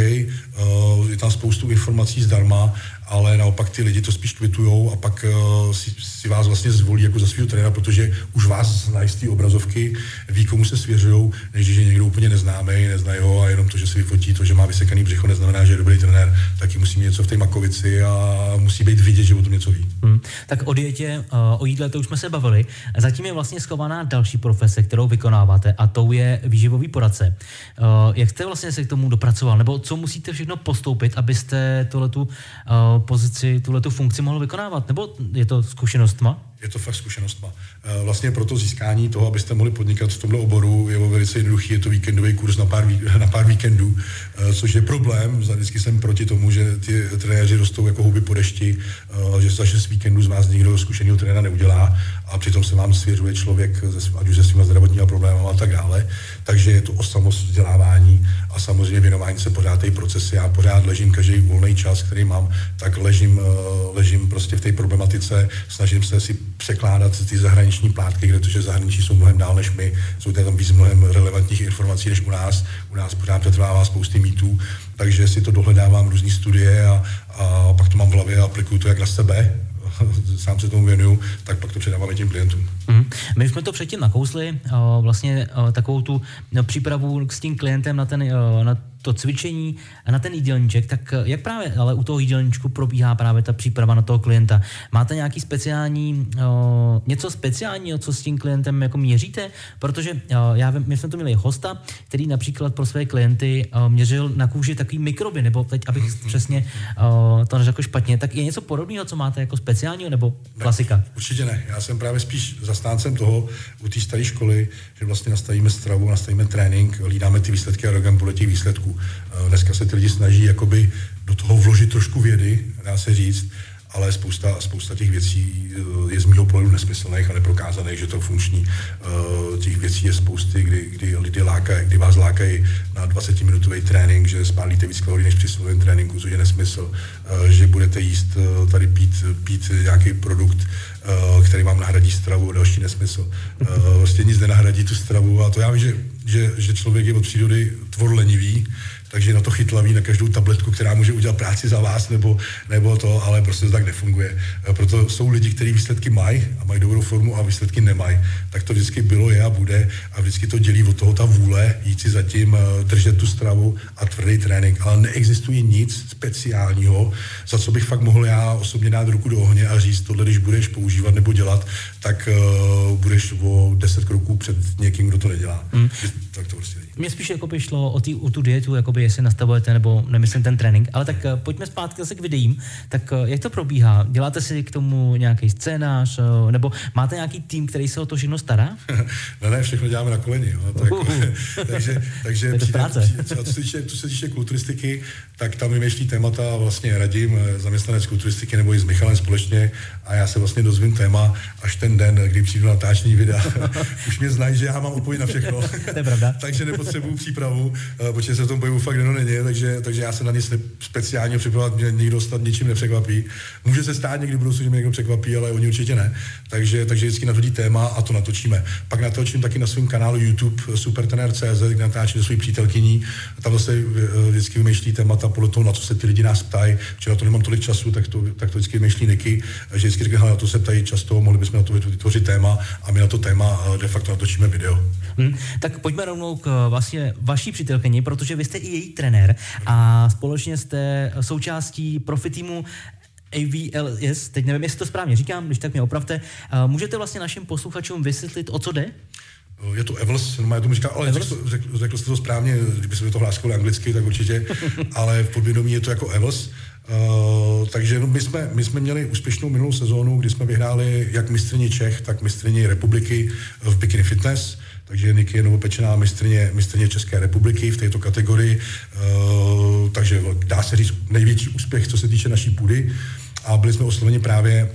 je tam spoustu informací zdarma, ale naopak ty lidi to spíš tweetujou a pak si vás vlastně zvolí jako za svýho trenéra, protože už vás znají z té obrazovky, ví, komu se svěřujou, než že někdo úplně neznámý, neznají ho a jenom to, že si vyfotí to, že má vysekaný břicho, neznamená, že je dobrý trenér, taky musí mít něco v té makovici a musí být vidět, že o tom něco ví. Tak o dietě, o jídle, to už jsme se bavili. Zatím je vlastně schovaná další profese, kterou vykonáváte a tou je výživový poradce. Jak jste vlastně se k tomu dopracoval? Nebo co musíte všechno postoupit, abyste tuhletu pozici, tuhletu funkci mohl vykonávat? Nebo je to zkušenostma? Je to fakt zkušenostma. Vlastně pro to získání toho, abyste mohli podnikat v tomhle oboru, je velice jednoduchý, je to víkendový kurz na pár víkendů, což je problém. Vždycky jsem proti tomu, že ty trenéři rostou jako huby po dešti, že za 6 víkendů z vás nikdo zkušeného trenéra neudělá a přitom se vám svěřuje člověk, ať už se svýma zdravotníma problémy a tak dále. Takže je to o samovzdělávání a samozřejmě věnování se pořád té procesy. Já pořád ležím každý volný čas, který mám, tak ležím prostě v té problematice, snažím se si překládat ty zahraniční plátky, protože zahraničí jsou mnohem dál než my, jsou tam víc mnohem relevantních informací než u nás. U nás pořád přetrvává spousty mýtů, takže si to dohledávám různý studie a pak to mám v hlavě a aplikuju to jak na sebe, sám se tomu věnuju, tak pak to předáváme těm klientům. My jsme to předtím nakousli, vlastně takovou tu přípravu s tím klientem na to cvičení a na ten jídelníček, tak jak právě ale u toho jídelníčku probíhá právě ta příprava na toho klienta? Máte nějaký něco speciálního, co s tím klientem jako měříte? Protože my jsme to měli hosta, který například pro své klienty měřil na kůži takový mikroby, nebo teď, abych přesně to neřekl špatně, tak je něco podobného, co máte jako speciálního, nebo klasika? Ne, určitě ne. Já jsem právě spíš zastáncem toho u té staré školy, že vlastně nastavíme stravu, nastavíme trénink, hlídáme ty výsledky a jdeme podle těch výsledků. Dneska se ty lidi snaží jakoby do toho vložit trošku vědy, dá se říct, ale spousta těch věcí je z mýho pohledu nesmyslných a neprokázaných, že to funkční. Těch věcí je spousty, kdy vás lákají na 20-minutový trénink, že spálíte víc kalorií než při silovém tréninku, což je nesmysl, že budete jíst tady pít nějaký produkt, který vám nahradí stravu, další nesmysl. Vlastně nic nenahradí tu stravu a to já vím, že člověk je od přírody tvor lenivý, takže na to chytlavý, na každou tabletku, která může udělat práci za vás, nebo to, ale prostě to tak nefunguje. Proto jsou lidi, kteří výsledky mají a mají dobrou formu a výsledky nemají. Tak to vždycky bylo, je a bude a vždycky to dělí od toho ta vůle, jít si zatím, držet tu stravu a tvrdý trénink. Ale neexistuje nic speciálního, za co bych fakt mohl já osobně dát ruku do ohně a říct, tohle, když budeš používat nebo dělat, tak budeš o 10 kroků před někým, kdo to nedělá. Tak to prostě není. Mně spíš jako šlo o tu dietu, jakoby jestli nastavujete, nebo nemyslím ten trénink, ale tak pojďme zpátky zase k videím. Tak jak to probíhá? Děláte si k tomu nějaký scénář, nebo máte nějaký tým, který se o to všechno stará? Ne, všechno děláme na koleni. Takže co se týče kulturistiky, tak tam vymýšlí témata vlastně radím zaměstnanec kulturistiky nebo i s Michalem společně a já se vlastně dozvím téma až ten den, kdy přijdu na natáčení videa. Už mě znají, že já mám odpověď na všechno. To je pravda. Takže nepotřebuju přípravu, protože se v tom boju fakt není, takže já se na nic speciálně připravovat, mě nikdo snad ničím nepřekvapí. Může se stát někdy v budoucnu, že mě někdo překvapí, ale oni určitě ne. Takže vždycky nadhodí téma a to natočíme. Pak natočím taky na svém kanálu YouTube supertrenér.cz, kde natáčím svojí přítelkyní. Tam zase vždycky vymýšlí témata podle toho, na co se ty lidi nás ptají. Včera to nemám tolik času, tak to vždycky vymýšlí Niky, že vždycky říkají, na to se ptají často, mohli bychom na to vytvořit téma a my na to téma de facto natočíme video. Tak pojďme rovnou k vlastně vaší přítelkyni, protože vy jste i její trenér a společně jste součástí profi týmu AVLS, teď nevím, jestli to správně říkám, když tak mě opravte. Můžete vlastně našim posluchačům vysvětlit, o co jde? Je to Evels, já tomu říkám, ale řekl jste to správně, kdyby se to hláskalo anglicky, tak určitě, ale v podvědomí je to jako Evels. Takže my jsme měli úspěšnou minulou sezónu, kdy jsme vyhráli jak mistryni Čech, tak mistryni republiky v bikini fitness. Takže Niky je novopečená mistryně České republiky v této kategorii, takže dá se říct největší úspěch, co se týče naší půdy. A byli jsme osloveni právě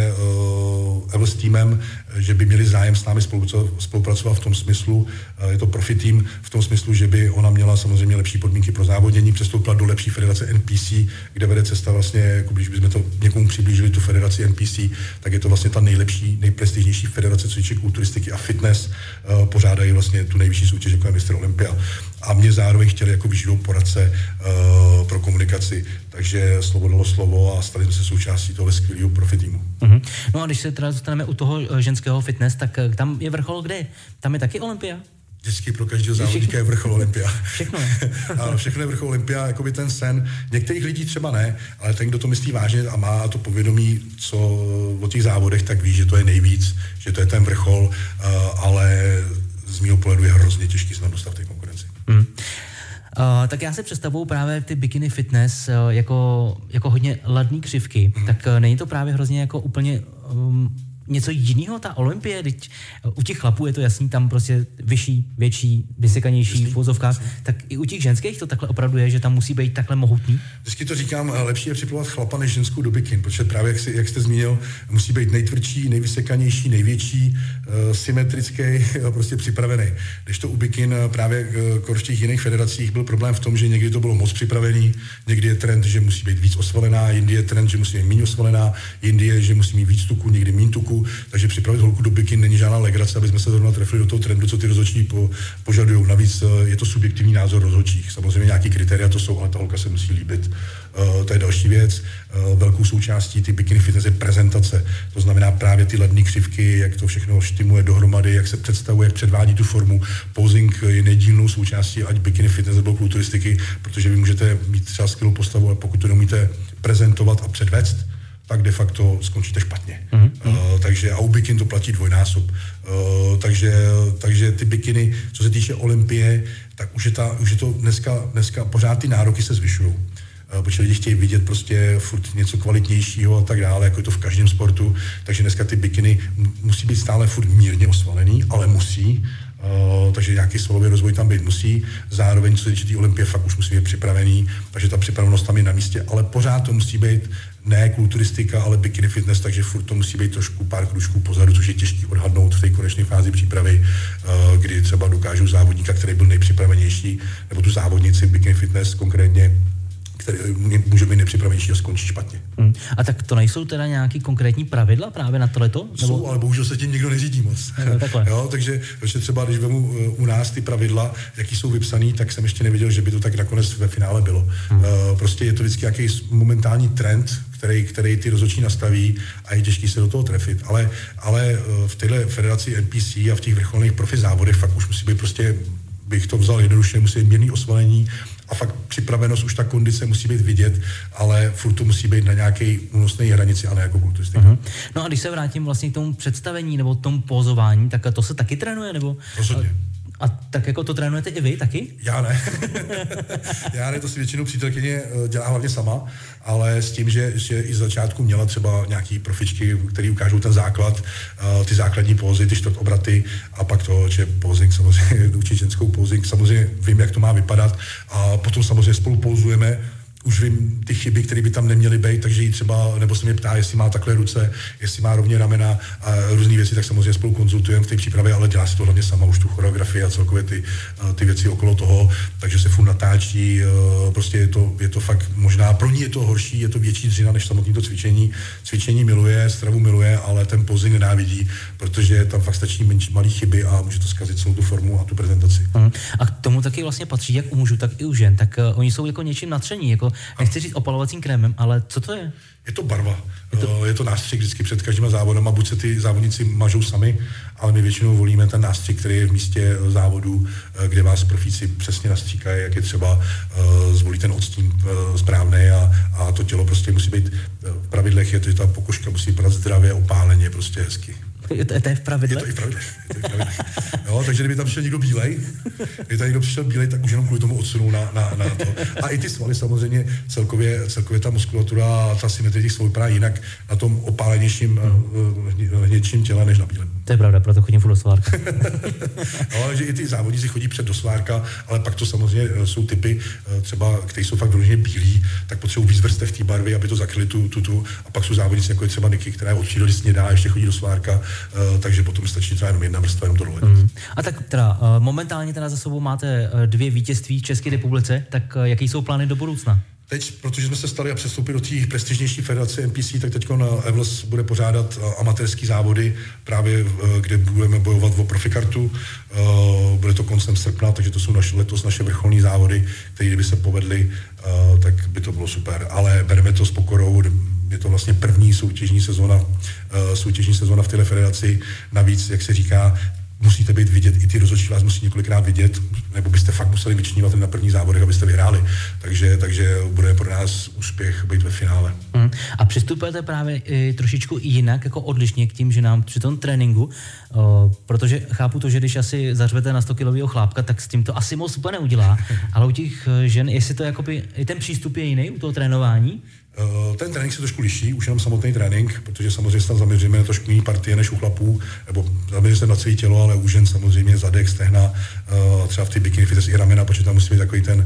s týmem, že by měli zájem s námi spolupracovat v tom smyslu, je to profi tým, v tom smyslu, že by ona měla samozřejmě lepší podmínky pro závodění, přestoupila do lepší federace NPC, kde vede cesta vlastně, jako když bychom to někomu přiblížili, tu federaci NPC, tak je to vlastně ta nejlepší, nejprestižnější federace, co týče kulturistiky a fitness, pořádají vlastně tu nejvyšší soutěž, jako je Mistr Olympia. A mě zároveň chtěli jako výživovou poradce pro komunikaci, takže slovo dalo slovo a stali jsme se součástí toho skvělého profi týmu. No a když se teda dostaneme u toho ženského fitness, tak tam je vrchol kde? Tam je taky Olympia? Vždycky pro každého závodníka je vrchol Olympia. Všechno. Ano, všechno je vrchol Olympia, jakoby ten sen. Některých lidí třeba ne, ale ten, kdo to myslí vážně a má to povědomí, co o těch závodech, tak ví, že to je nejvíc, že to je ten vrchol, ale z mého pohledu je hrozně těžký se dostat v té konkurenci. Tak já si představuju právě ty bikini fitness jako hodně ladný křivky, tak není to právě hrozně jako úplně něco jiného ta olympie? Teď u těch chlapů je to jasný, tam prostě vyšší, větší, vysekanější v vozovkách, tak i u těch ženských to takhle opravdu je, že tam musí být takhle mohutný? Vždycky to říkám, lepší je připravovat chlapa než ženskou do bikin, protože právě, jak jste zmínil, musí být nejtvrdší, nejvysekanější, největší, symetrický, prostě připravený. Když to u bikin právě v těch jiných federacích byl problém v tom, že někdy to bylo moc připravený, někdy je trend, že musí být víc osvalená, jindy je trend, že musí být méně osvalená, jindy je, že musí mít víc tuku, někdy méně tuku, takže připravit holku do bikin není žádná legrace, aby jsme se zrovna trefili do toho trendu, co ty rozhodčí požadují. Navíc je to subjektivní názor rozhodčích. Samozřejmě nějaký kritéria to jsou, ale ta holka se musí líbit. To je další věc. Velkou součástí ty bikini fitness je prezentace. To znamená právě ty levné křivky, jak to všechno štimuje dohromady, jak se představuje, jak předvádí tu formu. Posing je nedílnou součástí ať bikini fitness nebo kulturistiky, protože vy můžete mít třeba skvělou postavu, ale pokud to neumíte prezentovat a předvést, tak de facto skončíte špatně. Takže a u bikin to platí dvojnásob. Takže ty bikiny, co se týče olympie, tak už je to dneska pořád ty nároky se zvyšují. Protože lidi chtějí vidět prostě furt něco kvalitnějšího a tak dále, jako je to v každém sportu. Takže dneska ty bikiny musí být stále furt mírně osvalený, ale musí. Takže nějaký svalový rozvoj tam být musí. Zároveň, co se týče té olympie, fakt už musí být připravený, takže ta připravenost tam je na místě, ale pořád to musí být ne kulturistika, ale bikini fitness, takže furt to musí být trošku pár kručků pozadu, což je těžký odhadnout v té konečné fázi přípravy, kdy třeba dokážou závodníka, který byl nejpřipravenější, nebo tu závodnici bikini fitness konkrétně, který může být nepřipravenější a skončí špatně. A tak to nejsou teda nějaký konkrétní pravidla právě na tohleto? Nebo... Jsou, ale bohužel se tím nikdo neřídí moc. Jo, takže třeba když vemu u nás ty pravidla, jaký jsou vypsaný, tak jsem ještě neviděl, že by to tak nakonec ve finále bylo. Prostě je to vždycky nějaký momentální trend, který ty rozhodčí nastaví a je těžký se do toho trefit. Ale v téhle federaci NPC a v těch vrcholných profi závodech fakt už musí být prostě, bych to vzal jednoduše, musí být mírný osvalení a fakt připravenost, už ta kondice musí být vidět, ale furt to musí být na nějaké únosné hranici, ale jako kulturistika. No a když se vrátím vlastně k tomu představení nebo tomu pózování, tak to se taky trénuje, nebo? Rozhodně. A tak jako to trénujete i vy taky? Já ne. Já ne, to si většinou přítelkyně dělá hlavně sama, ale s tím, že i z začátku měla třeba nějaký profičky, který ukážou ten základ, ty základní pózy, ty čtvrtobraty a pak to, že posing samozřejmě, učit ženskou posing, samozřejmě vím, jak to má vypadat a potom samozřejmě spolu pouzujeme, už vím ty chyby, které by tam neměly být, takže jí třeba, nebo se mě ptá, jestli má takhle ruce, jestli má rovně ramena a různé věci, tak samozřejmě spolu konzultujeme v té přípravě, ale dělá si to hlavně sama, už tu choreografii a celkově ty věci okolo toho, takže se furt natáčí, prostě je to fakt možná, pro ní je to horší, je to větší dřina než samotné to cvičení. Cvičení miluje, stravu miluje, ale ten posing nenávidí, protože tam fakt stačí malý chyby a může to zkazit celou tu formu a tu prezentaci. A k tomu taky vlastně patří jak u mužů, tak i u žen, tak oni jsou jako něčím natření, jako nechci říct opalovacím krémem, ale co to je? Je to barva. Je to nástřik vždycky před každýma závodama, buď se ty závodníci mažou sami, ale my většinou volíme ten nástřik, který je v místě závodu, kde vás profíci přesně nastříkají, jak je třeba zvolí ten odstín správný a to tělo prostě musí být v pravidlech, je to, že ta pokožka musí vypadat zdravě, opáleně, prostě hezky. To je v pravidlech? Je to i v pravidlech. Jo, takže kdyby tam přišel někdo bílej, tak už jenom kvůli tomu odsunou na to. A i ty svaly samozřejmě, celkově ta muskulatura a ta symetrie těch svalů vypadá jinak na tom opálenějším hnědším těle než na bílém. To je pravda, proto chodím furt do svárka. No, ale že i ty závodníci chodí před do svárka, ale pak to samozřejmě jsou typy, třeba, kteří jsou fakt vyloženě bílí, tak potřebují víc vrstev té barvy, aby to zakryli tu. A pak jsou závodníci, jako je třeba Niky, která je od přírody snědá, ještě chodí do svárka, takže potom stačí třeba jenom jedna vrstva, jenom to dohledat. A tak teda momentálně teda za sebou máte 2 vítězství v České republice, tak jaký jsou plány do budoucna? Teď, protože jsme se stali a přestoupili do té prestižnější federace NPC, tak teď Evels bude pořádat amatérský závody, právě kde budeme bojovat o profikartu. Bude to koncem srpna, takže to jsou letos naše vrcholní závody, které kdyby se povedly, tak by to bylo super. Ale bereme to s pokorou, je to vlastně první soutěžní sezóna v této federaci. Navíc, jak se říká, musíte být vidět, i ty rozhodčí vás musí několikrát vidět, nebo byste fakt museli vyčnívat na první závodech, abyste vyhráli. Takže bude pro nás úspěch být ve finále. A přistupujete právě trošičku jinak, jako odlišně k tím ženám při tom tréninku, protože chápu to, že když asi zařvete na 100kilového chlápka, tak s tím to asi moc úplně neudělá, ale u těch žen, jestli to jakoby, i ten přístup je jiný u toho trénování? Ten trénink se trošku liší, už jenom samotný trénink, protože samozřejmě se tam zaměříme na trošku jiný partie než u chlapů, nebo zaměříme se na celé tělo, ale u žen samozřejmě zadek, stehna, třeba v té bikini fitness i ramena, protože tam musí být takový ten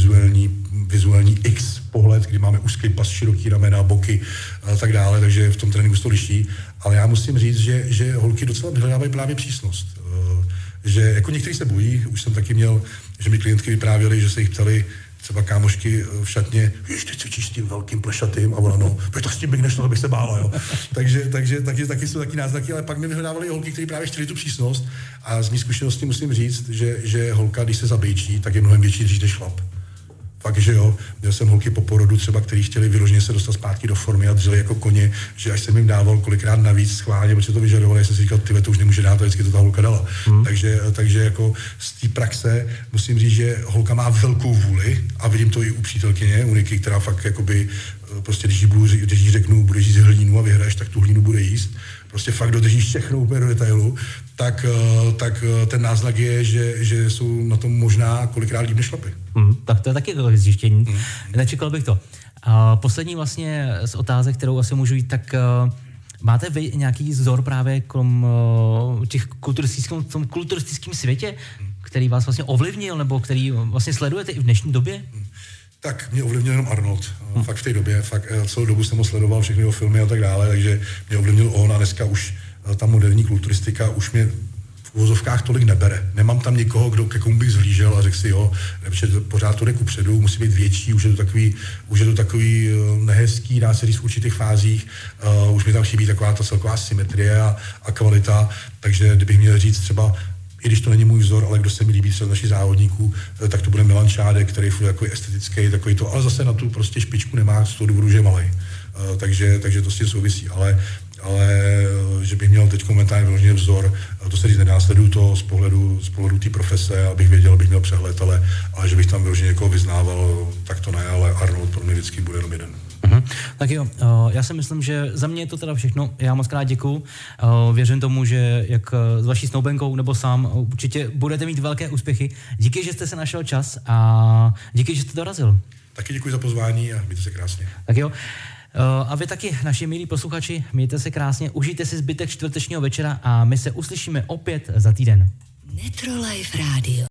vizuální X pohled, kdy máme úzký pas, široký ramena, boky a tak dále, takže v tom tréninku se to liší. Ale já musím říct, že holky docela vyhledávají právě přísnost. Že jako někteří se bojí, už jsem taky měl, že mi klientky vyprávěly, že se jich ptali třeba kámošky v šatně, víš, ty cvičíš s tím velkým plešatým, a ona, no, tak s tím bych nešlo, abych se bála, jo. takže taky jsou taky náznaky, ale pak mi vyhledávali holky, kteří právě chtěli tu přísnost, a z mý zkušenosti musím říct, že holka, když se zabejčí, tak je mnohem větší dříž než chlap. Fakt, že jo, měl jsem holky po porodu třeba, který chtěli vyloženě se dostat zpátky do formy a dřeli jako koně, že až jsem jim dával kolikrát navíc schválně, protože to vyžadovali, jsem si říkal, ty to už nemůže dát, a vždycky to ta holka dala. Takže jako z té praxe musím říct, že holka má velkou vůli a vidím to i u přítelkyně, u Niky, která fakt jakoby, prostě když jí řeknu, budeš jíst hlínu a vyhraješ, tak tu hlínu bude jíst. Prostě fakt dodržíš všechno úplně do detailu, tak ten náznak je, že jsou na tom možná kolikrát líp než chlapy. Tak to je taky zjištění. Nečekal bych to. Poslední vlastně z otázek, kterou asi můžu jít, tak máte vy nějaký vzor právě kolem těch kulturistickém světě, který vás vlastně ovlivnil, nebo který vlastně sledujete i v dnešní době? Tak mě ovlivnil jenom Arnold. Fakt v té době, celou dobu jsem ho sledoval, všechny jeho filmy a tak dále, takže mě ovlivnil on a dneska už ta moderní kulturistika už mě v uvozovkách tolik nebere. Nemám tam nikoho, ke komu bych zhlížel a řekl si, jo, že pořád to jde kupředu, musí být větší, už je to takový nehezký, dá se říct v určitých fázích, už mi tam chybí taková ta celková symetrie a kvalita, takže kdybych měl říct třeba, i když to není můj vzor, ale kdo se mi líbí třeba z našich závodníků, tak to bude Milan Čádek, který je takový estetický, takový to, ale zase na tu prostě špičku nemá z toho důvodu, že je malej. Takže to s tím souvisí, ale že bych měl teď momentálně vyložený vzor, to se říct nedá, sleduju to z pohledu té profese, abych věděl, abych měl přehled, ale že bych tam vyloženě někoho vyznával, tak to ne, ale Arnold pro mě vždycky bude jenom jeden. Tak jo, já si myslím, že za mě je to teda všechno. Já moc krát děkuju. Věřím tomu, že jak s vaší snoubenkou nebo sám určitě budete mít velké úspěchy. Díky, že jste se našel čas a díky, že jste dorazil. Taky děkuji za pozvání a mějte se krásně. Tak jo. A vy taky, naši milí posluchači, mějte se krásně, užijte si zbytek čtvrtečního večera a my se uslyšíme opět za týden. Netro Life Radio.